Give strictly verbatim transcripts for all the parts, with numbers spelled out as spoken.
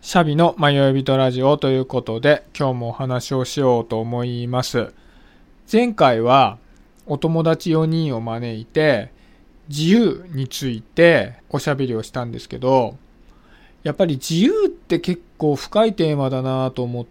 シャビの迷い人ラジオということで、今日もお話をしようと思います。前回はお友達よにんを招いて自由についておしゃべりをしたんですけど、やっぱり自由って結構深いテーマだなと思って、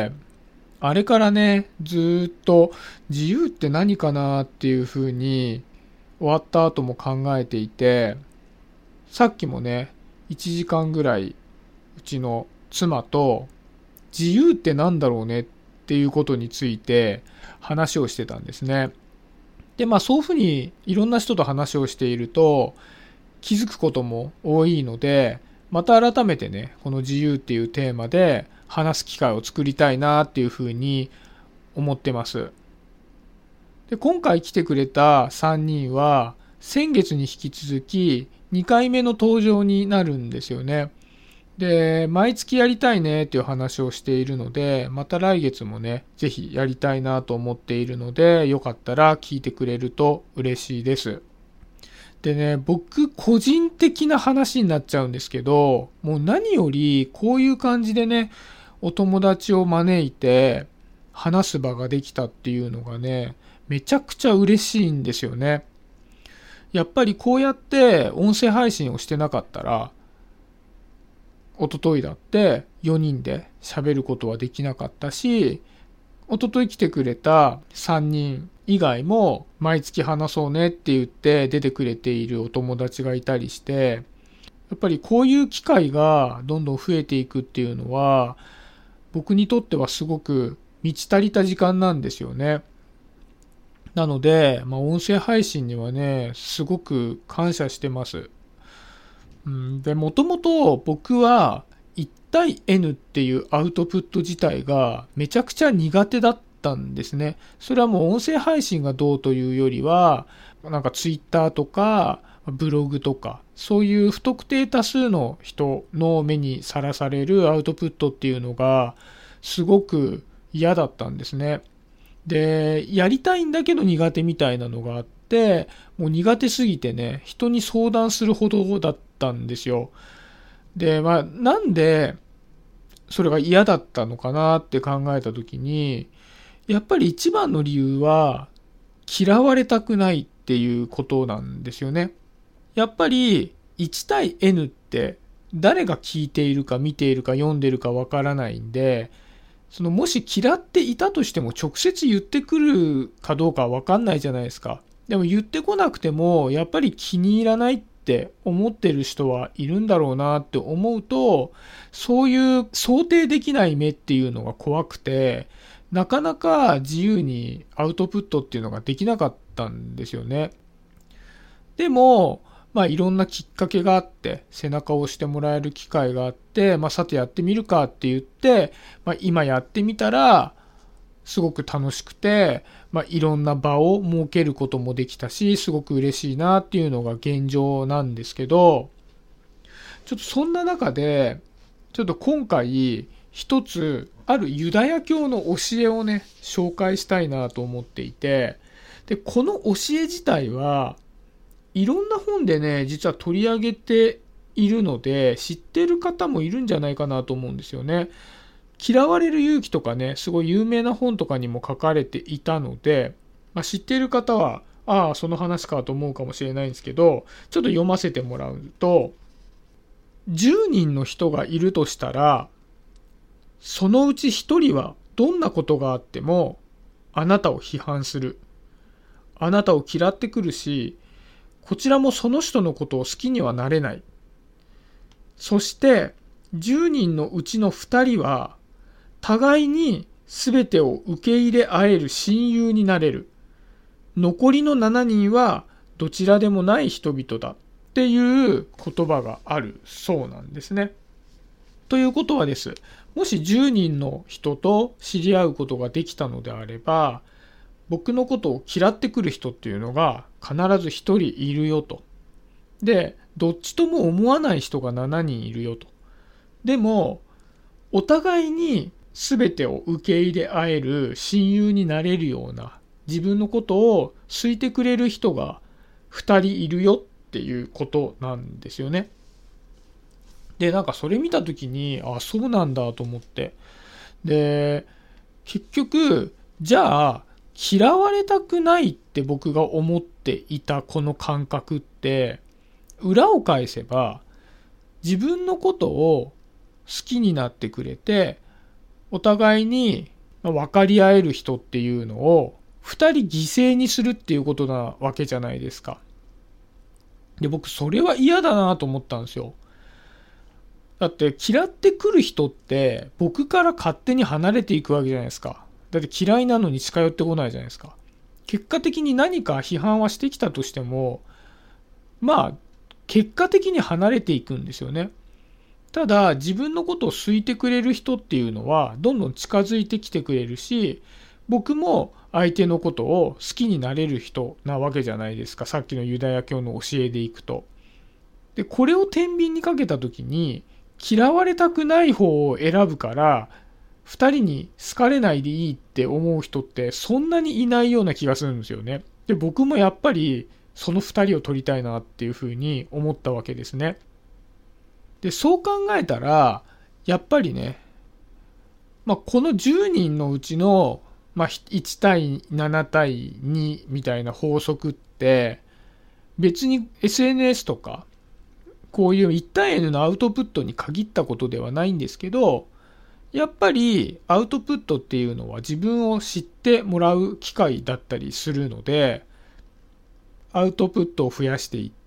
あれからねずっと自由って何かなっていう風に終わった後も考えていて、さっきもねいちじかんぐらいうちの妻と自由ってなんだろうねっていうことについて話をしてたんですね。でまあそういうふうにいろんな人と話をしていると気づくことも多いので、また改めてねこの自由っていうテーマで話す機会を作りたいなっていうふうに思ってます。で今回来てくれたさんにんは先月に引き続きにかいめの登場になるんですよね。で毎月やりたいねっていう話をしているので、また来月もねぜひやりたいなと思っているので、よかったら聞いてくれると嬉しいです。でね、僕個人的な話になっちゃうんですけど、もう何よりこういう感じでねお友達を招いて話す場ができたっていうのがねめちゃくちゃ嬉しいんですよね。やっぱりこうやって音声配信をしてなかったら、一昨日だってよにんで喋ることはできなかったし、一昨日来てくれたさんにん以外も毎月話そうねって言って出てくれているお友達がいたりして、やっぱりこういう機会がどんどん増えていくっていうのは僕にとってはすごく満ち足りた時間なんですよね。なので、まあ、音声配信にはねすごく感謝してます。うん、でもともと僕はいち対 N っていうアウトプット自体がめちゃくちゃ苦手だったんですね。それはもう音声配信がどうというよりは、なんかツイッターとかブログとかそういう不特定多数の人の目にさらされるアウトプットっていうのがすごく嫌だったんですね。でやりたいんだけど苦手みたいなのがあって、もう苦手すぎてね人に相談するほどだったんですよ。でまあなんでそれが嫌だったのかなって考えた時に、やっぱり一番の理由は嫌われたくないっていうことなんですよね。やっぱりいち対 N って誰が聞いているか見ているか読んでるかわからないんで、そのもし嫌っていたとしても直接言ってくるかどうかはわかんないじゃないですか。でも言ってこなくてもやっぱり気に入らないって思ってる人はいるんだろうなって思うと、そういう想定できない目っていうのが怖くて、なかなか自由にアウトプットっていうのができなかったんですよね。でもまあいろんなきっかけがあって背中を押してもらえる機会があって、まあさてやってみるかって言って、まあ、今やってみたらすごく楽しくて、まあ、いろんな場を設けることもできたし、すごく嬉しいなっていうのが現状なんですけど、ちょっとそんな中でちょっと今回一つあるユダヤ教の教えをね紹介したいなと思っていて、でこの教え自体はいろんな本でね実は取り上げているので知ってる方もいるんじゃないかなと思うんですよね。嫌われる勇気とかねすごい有名な本とかにも書かれていたので、まあ、知っている方はああその話かと思うかもしれないんですけど、ちょっと読ませてもらうと、じゅうにんの人がいるとしたらそのうちひとりはどんなことがあってもあなたを批判する、あなたを嫌ってくるし、こちらもその人のことを好きにはなれない。そしてじゅうにんのうちのふたりは互いに全てを受け入れ合える親友になれる。残りのしちにんはどちらでもない人々だっていう言葉があるそうなんですね。ということはです。もしじゅうにんの人と知り合うことができたのであれば、僕のことを嫌ってくる人っていうのが必ずひとりいるよと。で、どっちとも思わない人がしちにんいるよと。でも、お互いに全てを受け入れ合える親友になれるような、自分のことを好いてくれる人がふたりいるよっていうことなんですよね。 で、なんかそれ見た時に、あ、そうなんだと思って。で、結局、じゃあ、嫌われたくないって僕が思っていたこの感覚って、裏を返せば、自分のことを好きになってくれて、お互いに分かり合える人っていうのを、二人犠牲にするっていうことなわけじゃないですか。で、僕それは嫌だなと思ったんですよ。だって嫌ってくる人って僕から勝手に離れていくわけじゃないですか。だって嫌いなのに近寄ってこないじゃないですか。結果的に何か批判はしてきたとしても、まあ結果的に離れていくんですよね。ただ自分のことを好いてくれる人っていうのはどんどん近づいてきてくれるし、僕も相手のことを好きになれる人なわけじゃないですか。さっきのユダヤ教の教えでいくと。で、これを天秤にかけたときに、嫌われたくない方を選ぶから二人に好かれないでいいって思う人ってそんなにいないような気がするんですよね。で、僕もやっぱりその二人を取りたいなっていうふうに思ったわけですね。で、そう考えたらやっぱりね、まあ、このじゅうにんのうちの、まあ、いち対なな対にみたいな法則って別に エスエヌエス とかこういういち対 N のアウトプットに限ったことではないんですけど、やっぱりアウトプットっていうのは自分を知ってもらう機会だったりするので、アウトプットを増やしていって、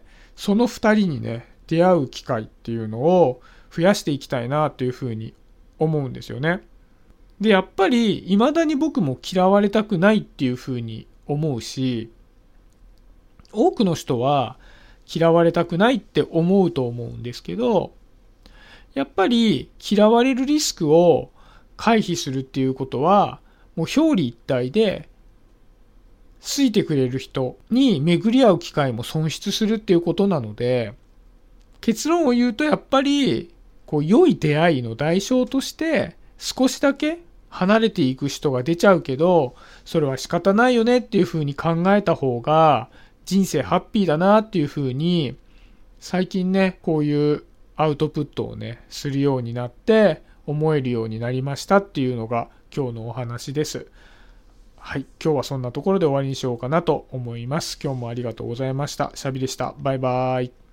そのふたりにね、出会う機会っていうのを増やしていきたいなというふうに思うんですよね。で、やっぱり未だに僕も嫌われたくないっていうふうに思うし、多くの人は嫌われたくないって思うと思うんですけど、やっぱり嫌われるリスクを回避するっていうことは、もう表裏一体で好いてくれる人に巡り合う機会も損失するっていうことなので、結論を言うとやっぱりこう良い出会いの代償として少しだけ離れていく人が出ちゃうけど、それは仕方ないよねっていうふうに考えた方が人生ハッピーだなっていうふうに最近ね、こういうアウトプットをねするようになって思えるようになりましたっていうのが今日のお話です。はい、今日はそんなところで終わりにしようかなと思います。今日もありがとうございました。シャビでした。バイバーイ。